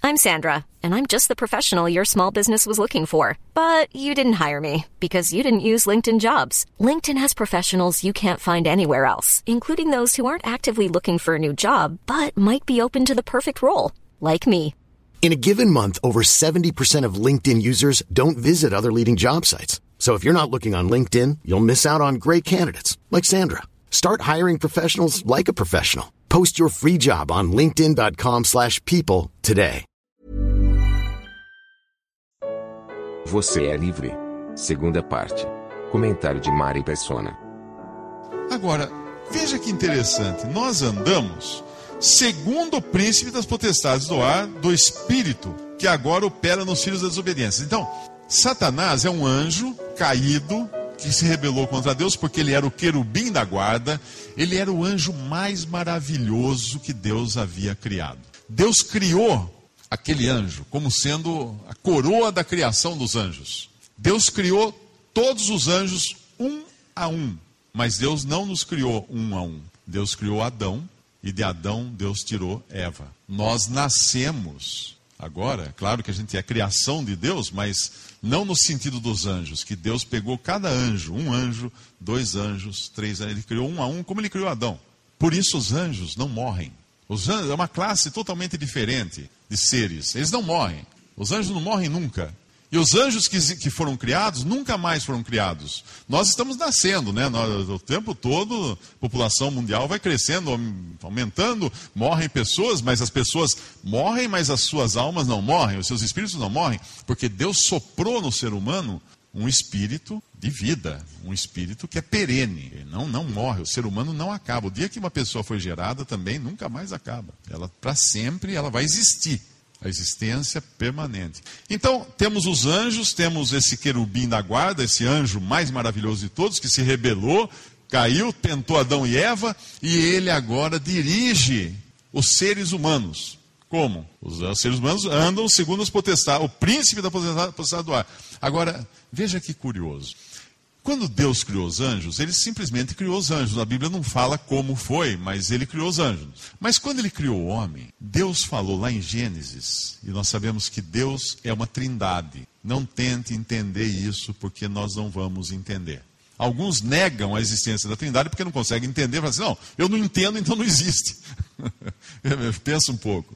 I'm Sandra, and I'm just the professional your small business was looking for. But you didn't hire me because you didn't use LinkedIn Jobs. LinkedIn has professionals you can't find anywhere else, including those who aren't actively looking for a new job, but might be open to the perfect role, like me. In a given month, over 70% of LinkedIn users don't visit other leading job sites. So if you're not looking on LinkedIn, you'll miss out on great candidates, like Sandra. Start hiring professionals like a professional. Post your free job on linkedin.com/people today. Você é livre. Segunda parte. Comentário de Mari Persona. Agora, veja que interessante. Nós andamos segundo o príncipe das potestades do ar, do espírito, que agora opera nos filhos da desobediência. Então, Satanás é um anjo caído, que se rebelou contra Deus, porque ele era o querubim da guarda, ele era o anjo mais maravilhoso que Deus havia criado. Deus criou aquele anjo como sendo a coroa da criação dos anjos. Deus criou todos os anjos um a um, mas Deus não nos criou um a um. Deus criou Adão, e de Adão Deus tirou Eva. Nós nascemos agora, claro que a gente é a criação de Deus, mas não no sentido dos anjos, que Deus pegou cada anjo, um anjo, dois anjos, três anjos, ele criou um a um, como ele criou Adão. Por isso os anjos não morrem. Os anjos é uma classe totalmente diferente de seres, eles não morrem. Os anjos não morrem nunca. E os anjos que foram criados, nunca mais foram criados. Nós estamos nascendo, né? O tempo todo, a população mundial vai crescendo, aumentando, morrem pessoas, mas as pessoas morrem, mas as suas almas não morrem, os seus espíritos não morrem, porque Deus soprou no ser humano um espírito de vida, um espírito que é perene, não morre, o ser humano não acaba. O dia que uma pessoa foi gerada também nunca mais acaba. Ela, para sempre, ela vai existir. A existência permanente. Então, temos os anjos, temos esse querubim da guarda, esse anjo mais maravilhoso de todos, que se rebelou, caiu, tentou Adão e Eva, e ele agora dirige os seres humanos. Como? Os seres humanos andam segundo as potestades, o príncipe da potestade do ar. Agora, veja que curioso. Quando Deus criou os anjos, ele simplesmente criou os anjos. A Bíblia não fala como foi, mas ele criou os anjos. Mas quando ele criou o homem, Deus falou lá em Gênesis, e nós sabemos que Deus é uma trindade. Não tente entender isso, porque nós não vamos entender. Alguns negam a existência da trindade porque não conseguem entender. Falam assim, não, eu não entendo, então não existe. Pensa um pouco.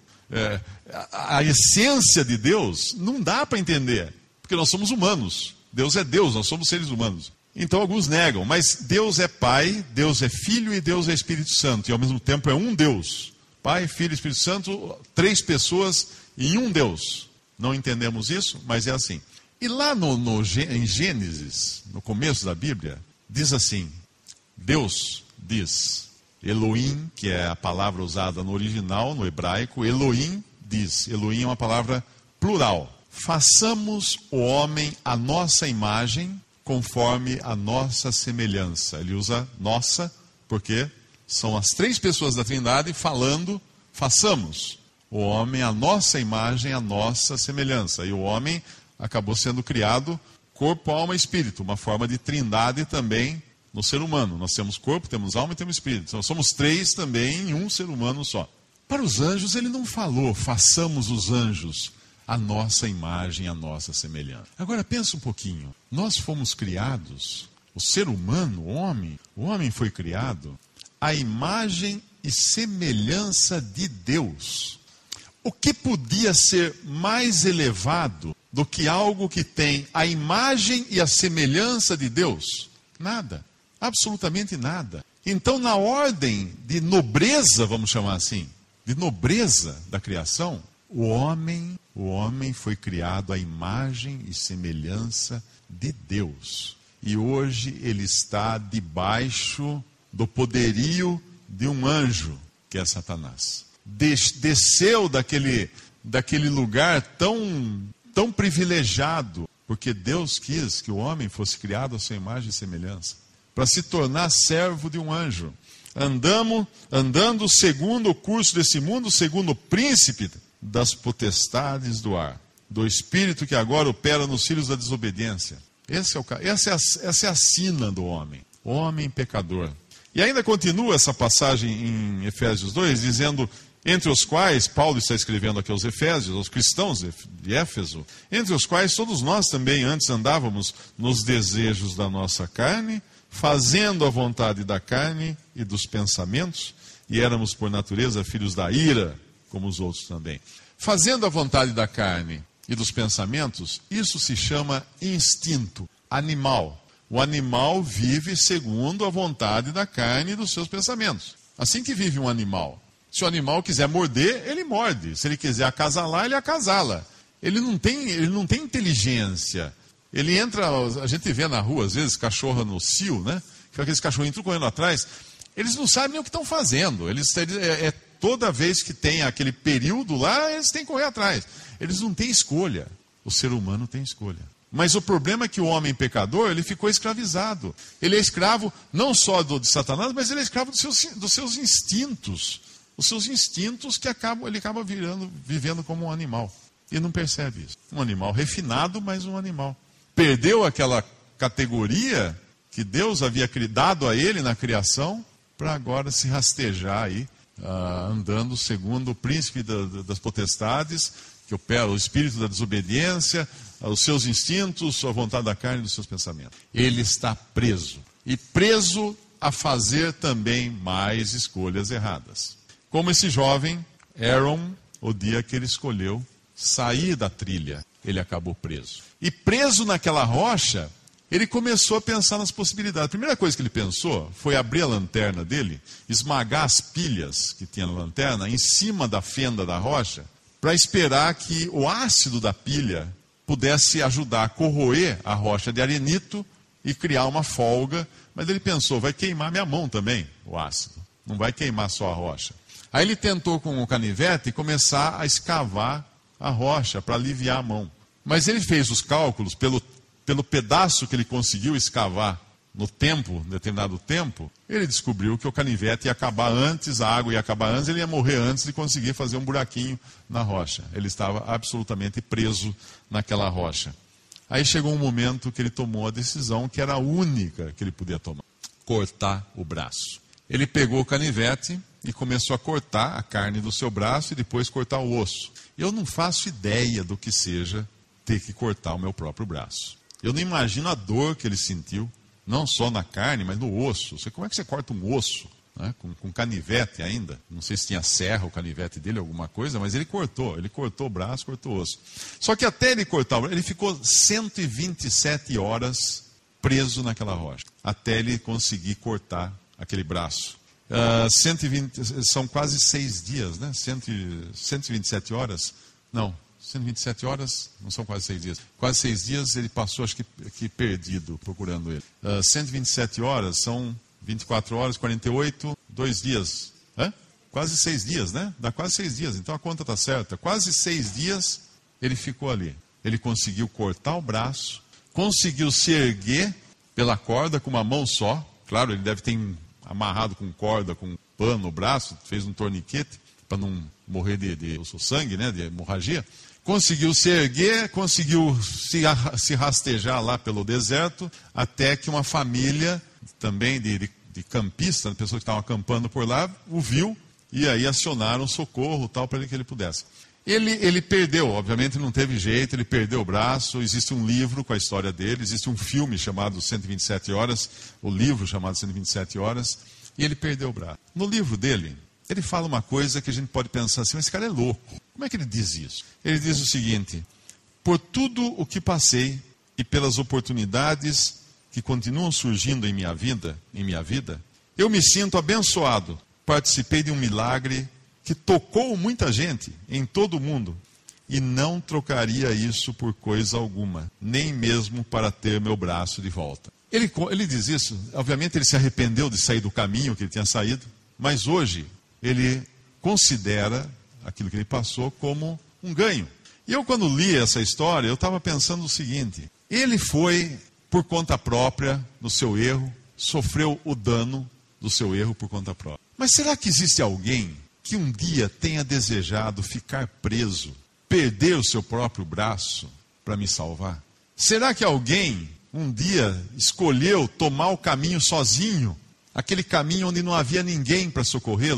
A essência de Deus não dá para entender, porque nós somos humanos. Deus é Deus, nós somos seres humanos. Então alguns negam, mas Deus é Pai, Deus é Filho e Deus é Espírito Santo. E ao mesmo tempo é um Deus. Pai, Filho e Espírito Santo, três pessoas em um Deus. Não entendemos isso, mas é assim. E lá em Gênesis, no começo da Bíblia, diz assim, Deus diz, Elohim, que é a palavra usada no original, no hebraico, Elohim diz. Elohim é uma palavra plural. Façamos o homem à nossa imagem, conforme a nossa semelhança. Ele usa nossa, porque são as três pessoas da Trindade falando, façamos o homem à nossa imagem, à nossa semelhança. E o homem acabou sendo criado corpo, alma e espírito, uma forma de trindade também no ser humano. Nós temos corpo, temos alma e temos espírito. Então, somos três também em um ser humano só. Para os anjos, ele não falou, façamos os anjos a nossa imagem, a nossa semelhança. Agora pensa um pouquinho. Nós fomos criados, o ser humano, o homem foi criado à imagem e semelhança de Deus. O que podia ser mais elevado do que algo que tem a imagem e a semelhança de Deus? Nada. Absolutamente nada. Então, na ordem de nobreza, vamos chamar assim, de nobreza da criação, o homem foi criado à imagem e semelhança de Deus. E hoje ele está debaixo do poderio de um anjo, que é Satanás. Desceu daquele lugar tão privilegiado, porque Deus quis que o homem fosse criado à sua imagem e semelhança, para se tornar servo de um anjo. Andando segundo o curso desse mundo, segundo o príncipe das potestades do ar, do espírito que agora opera nos filhos da desobediência. Essa é a sina do homem, o homem pecador. E ainda continua essa passagem em Efésios 2, dizendo, entre os quais, Paulo está escrevendo aqui aos Efésios, aos cristãos de Éfeso, entre os quais todos nós também antes andávamos nos desejos da nossa carne, fazendo a vontade da carne e dos pensamentos, e éramos por natureza filhos da ira, como os outros também. Fazendo a vontade da carne e dos pensamentos, isso se chama instinto animal. O animal vive segundo a vontade da carne e dos seus pensamentos. Assim que vive um animal. Se o animal quiser morder, ele morde. Se ele quiser acasalar, ele acasala. Ele não tem inteligência. Ele entra, a gente vê na rua, às vezes, cachorro no cio, né? Aqueles cachorrinhos tudo correndo atrás. Eles não sabem nem o que estão fazendo. Toda vez que tem aquele período lá, eles têm que correr atrás. Eles não têm escolha. O ser humano tem escolha. Mas o problema é que o homem pecador, ele ficou escravizado. Ele é escravo não só de Satanás, mas ele é escravo dos seus instintos. Os seus instintos que ele acaba vivendo como um animal. E não percebe isso. Um animal refinado, mas um animal. Perdeu aquela categoria que Deus havia dado a ele na criação, para agora se rastejar aí, andando segundo o príncipe das potestades, que opera o espírito da desobediência, os seus instintos, a vontade da carne e dos seus pensamentos. Ele está preso. E preso a fazer também mais escolhas erradas. Como esse jovem, Aaron, o dia que ele escolheu sair da trilha, ele acabou preso. E preso naquela rocha, ele começou a pensar nas possibilidades. A primeira coisa que ele pensou foi abrir a lanterna dele, esmagar as pilhas que tinha na lanterna em cima da fenda da rocha, para esperar que o ácido da pilha pudesse ajudar a corroer a rocha de arenito e criar uma folga. Mas ele pensou, vai queimar minha mão também, o ácido. Não vai queimar só a rocha. Aí ele tentou com o canivete começar a escavar a rocha para aliviar a mão. Mas ele fez os cálculos pelo pedaço que ele conseguiu escavar no determinado tempo, ele descobriu que o canivete ia acabar antes, a água ia acabar antes, ele ia morrer antes de conseguir fazer um buraquinho na rocha. Ele estava absolutamente preso naquela rocha. Aí chegou um momento que ele tomou a decisão, que era a única que ele podia tomar: cortar o braço. Ele pegou o canivete e começou a cortar a carne do seu braço e depois cortar o osso. Eu não faço ideia do que seja ter que cortar o meu próprio braço. Eu não imagino a dor que ele sentiu, não só na carne, mas no osso. Como é que você corta um osso, né? Com canivete ainda? Não sei se tinha serra o canivete dele, alguma coisa, mas ele cortou o braço, cortou o osso. Só que até ele cortar o braço, ele ficou 127 horas preso naquela rocha, até ele conseguir cortar aquele braço. 120, são quase 6 dias, né? 127 horas? Não, 127 horas, não são quase 6 dias. Quase 6 dias ele passou, acho que perdido, procurando ele. 127 horas são 24 horas, 48, 2 dias. Quase 6 dias, né? Dá quase 6 dias, então a conta está certa. Quase 6 dias ele ficou ali. Ele conseguiu cortar o braço, conseguiu se erguer pela corda com uma mão só. Claro, ele deve ter amarrado com corda, com pano o braço, fez um torniquete para não morrer de sangue, né, de hemorragia. Conseguiu se erguer, conseguiu se rastejar lá pelo deserto, até que uma família também de campistas, pessoas que estavam acampando por lá, o viu e aí acionaram socorro tal para que ele pudesse. Ele perdeu, obviamente não teve jeito, ele perdeu o braço. Existe um livro com a história dele, existe um filme chamado 127 Horas, o livro chamado 127 Horas, e ele perdeu o braço. No livro dele, ele fala uma coisa que a gente pode pensar assim, mas esse cara é louco. Como é que ele diz isso? Ele diz o seguinte: por tudo o que passei e pelas oportunidades que continuam surgindo em minha vida, eu me sinto abençoado. Participei de um milagre que tocou muita gente em todo o mundo, e não trocaria isso por coisa alguma, nem mesmo para ter meu braço de volta. Ele diz isso, obviamente ele se arrependeu de sair do caminho que ele tinha saído, mas hoje ele considera aquilo que ele passou como um ganho. E eu, quando li essa história, eu estava pensando o seguinte: ele foi por conta própria, no seu erro, sofreu o dano do seu erro por conta própria. Mas será que existe alguém que um dia tenha desejado ficar preso, perder o seu próprio braço para me salvar? Será que alguém um dia escolheu tomar o caminho sozinho, aquele caminho onde não havia ninguém para socorrê-lo?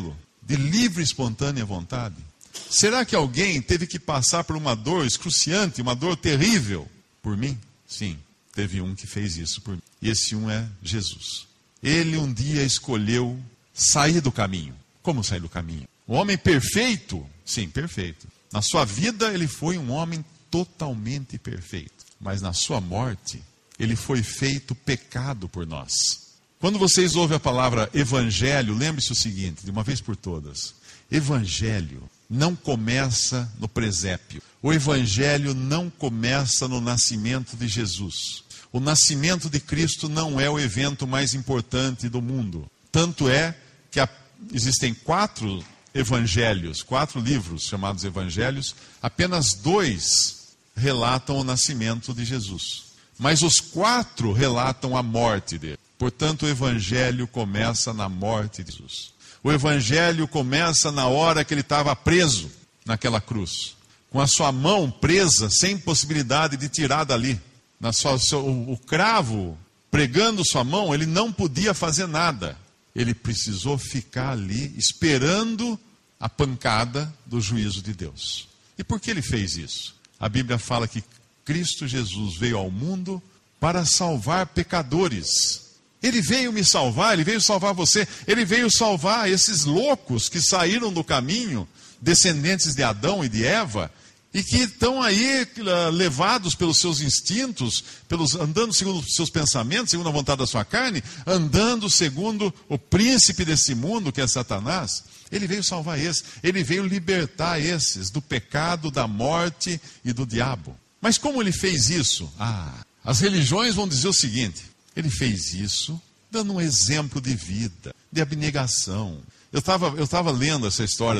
de livre e espontânea vontade? Será que alguém teve que passar por uma dor excruciante, uma dor terrível por mim? Sim, teve um que fez isso por mim. E esse um é Jesus. Ele um dia escolheu sair do caminho. Como sair do caminho? Um homem perfeito? Sim, perfeito. Na sua vida ele foi um homem totalmente perfeito. Mas na sua morte, ele foi feito pecado por nós. Quando vocês ouvem a palavra evangelho, lembre-se o seguinte, de uma vez por todas. Evangelho não começa no presépio. O evangelho não começa no nascimento de Jesus. O nascimento de Cristo não é o evento mais importante do mundo. Tanto é que existem 4 evangelhos, 4 livros chamados evangelhos, apenas 2 relatam o nascimento de Jesus. Mas os 4 relatam a morte dele. Portanto, o evangelho começa na morte de Jesus. O evangelho começa na hora que ele estava preso naquela cruz, com a sua mão presa, sem possibilidade de tirar dali. O cravo pregando sua mão, ele não podia fazer nada. Ele precisou ficar ali esperando a pancada do juízo de Deus. E por que ele fez isso? A Bíblia fala que Cristo Jesus veio ao mundo para salvar pecadores. Ele veio me salvar, ele veio salvar você, ele veio salvar esses loucos que saíram do caminho, descendentes de Adão e de Eva, e que estão aí levados pelos seus instintos, andando segundo os seus pensamentos, segundo a vontade da sua carne, andando segundo o príncipe desse mundo, que é Satanás. Ele veio salvar esses, ele veio libertar esses do pecado, da morte e do diabo. Mas como ele fez isso? As religiões vão dizer o seguinte: ele fez isso dando um exemplo de vida, de abnegação. Eu estava lendo essa história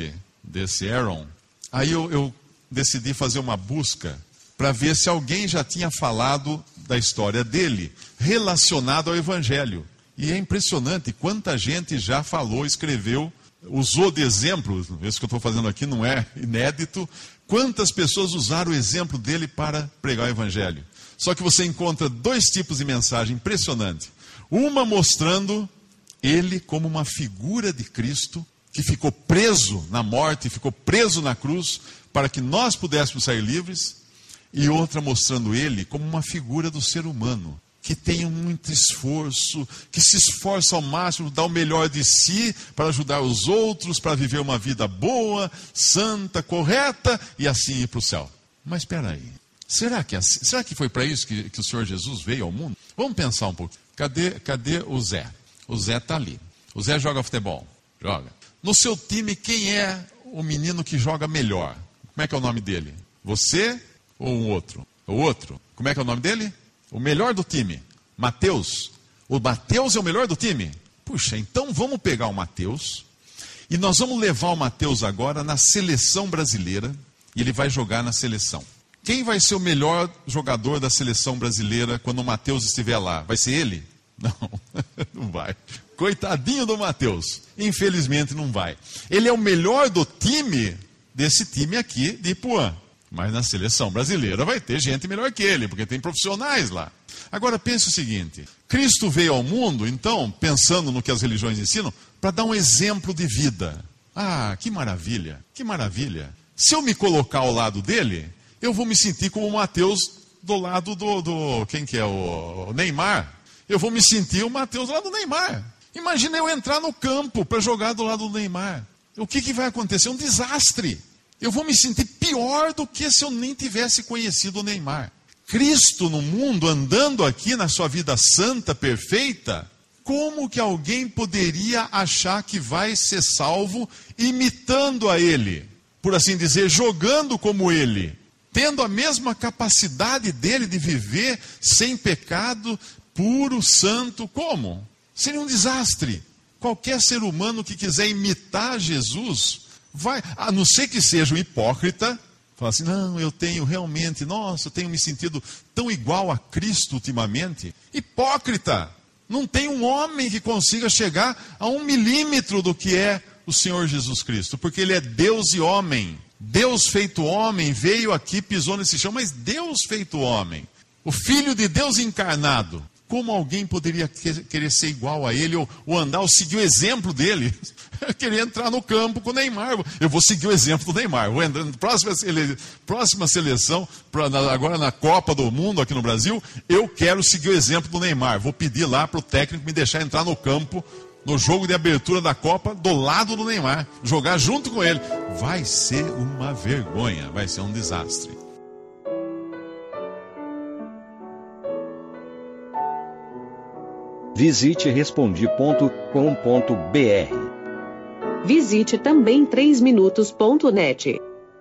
desse Aaron, aí eu decidi fazer uma busca para ver se alguém já tinha falado da história dele relacionado ao Evangelho. E é impressionante quanta gente já falou, escreveu, usou de exemplo. Isso que eu estou fazendo aqui não é inédito. Quantas pessoas usaram o exemplo dele para pregar o Evangelho? Só que você encontra 2 tipos de mensagem impressionante. Uma mostrando ele como uma figura de Cristo, que ficou preso na morte, ficou preso na cruz, para que nós pudéssemos sair livres. E outra mostrando ele como uma figura do ser humano, que tem muito esforço, que se esforça ao máximo, dá o melhor de si para ajudar os outros, para viver uma vida boa, santa, correta, e assim ir para o céu. Mas espera aí. Será que foi para isso que o Senhor Jesus veio ao mundo? Vamos pensar um pouco. Cadê o Zé? O Zé está ali. O Zé joga futebol. Joga. No seu time, quem é o menino que joga melhor? Como é que é o nome dele? Você ou um outro? O outro. Como é que é o nome dele? O melhor do time. Mateus. O Mateus é o melhor do time? Puxa, então vamos pegar o Mateus e nós vamos levar o Mateus agora na seleção brasileira e ele vai jogar na seleção. Quem vai ser o melhor jogador da seleção brasileira quando o Mateus estiver lá? Vai ser ele? Não, não vai. Coitadinho do Mateus. Infelizmente não vai. Ele é o melhor do time, desse time aqui de Ipuã. Mas na seleção brasileira vai ter gente melhor que ele, porque tem profissionais lá. Agora pense o seguinte: Cristo veio ao mundo, então, pensando no que as religiões ensinam, para dar um exemplo de vida. Que maravilha, que maravilha. Se eu me colocar ao lado dele, eu vou me sentir como o Mateus do lado quem que é? O Neymar. Eu vou me sentir o Mateus do lado do Neymar. Imagina eu entrar no campo para jogar do lado do Neymar. O que vai acontecer? Um desastre. Eu vou me sentir pior do que se eu nem tivesse conhecido o Neymar. Cristo no mundo, andando aqui na sua vida santa, perfeita, como que alguém poderia achar que vai ser salvo imitando a ele? Por assim dizer, jogando como ele, tendo a mesma capacidade dele de viver sem pecado, puro, santo. Como? Seria um desastre. Qualquer ser humano que quiser imitar Jesus, vai, a não ser que seja um hipócrita, fala assim: não, eu tenho me sentido tão igual a Cristo ultimamente. Hipócrita! Não tem um homem que consiga chegar a 1 milímetro do que é o Senhor Jesus Cristo, porque ele é Deus e homem. Deus feito homem, veio aqui, pisou nesse chão, mas Deus feito homem. O Filho de Deus encarnado. Como alguém poderia querer ser igual a ele, ou andar, ou seguir o exemplo dele? Eu queria entrar no campo com o Neymar. Eu vou seguir o exemplo do Neymar. Vou entrar na próxima seleção, agora na Copa do Mundo aqui no Brasil, eu quero seguir o exemplo do Neymar. Vou pedir lá para o técnico me deixar entrar no campo, no jogo de abertura da Copa, do lado do Neymar. Jogar junto com ele. Vai ser uma vergonha, vai ser um desastre. Visite Respondi.com.br. Visite também 3minutos.net.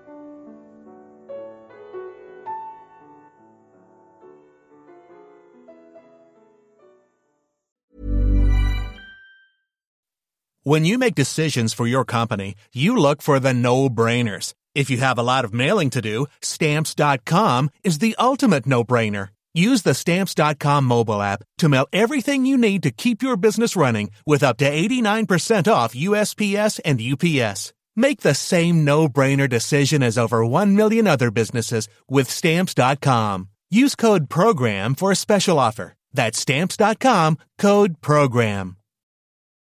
When you make decisions for your company, you look for the no-brainers. If you have a lot of mailing to do, Stamps.com is the ultimate no-brainer. Use the Stamps.com mobile app to mail everything you need to keep your business running with up to 89% off USPS and UPS. Make the same no-brainer decision as over 1 million other businesses with Stamps.com. Use code PROGRAM for a special offer. That's Stamps.com, code PROGRAM.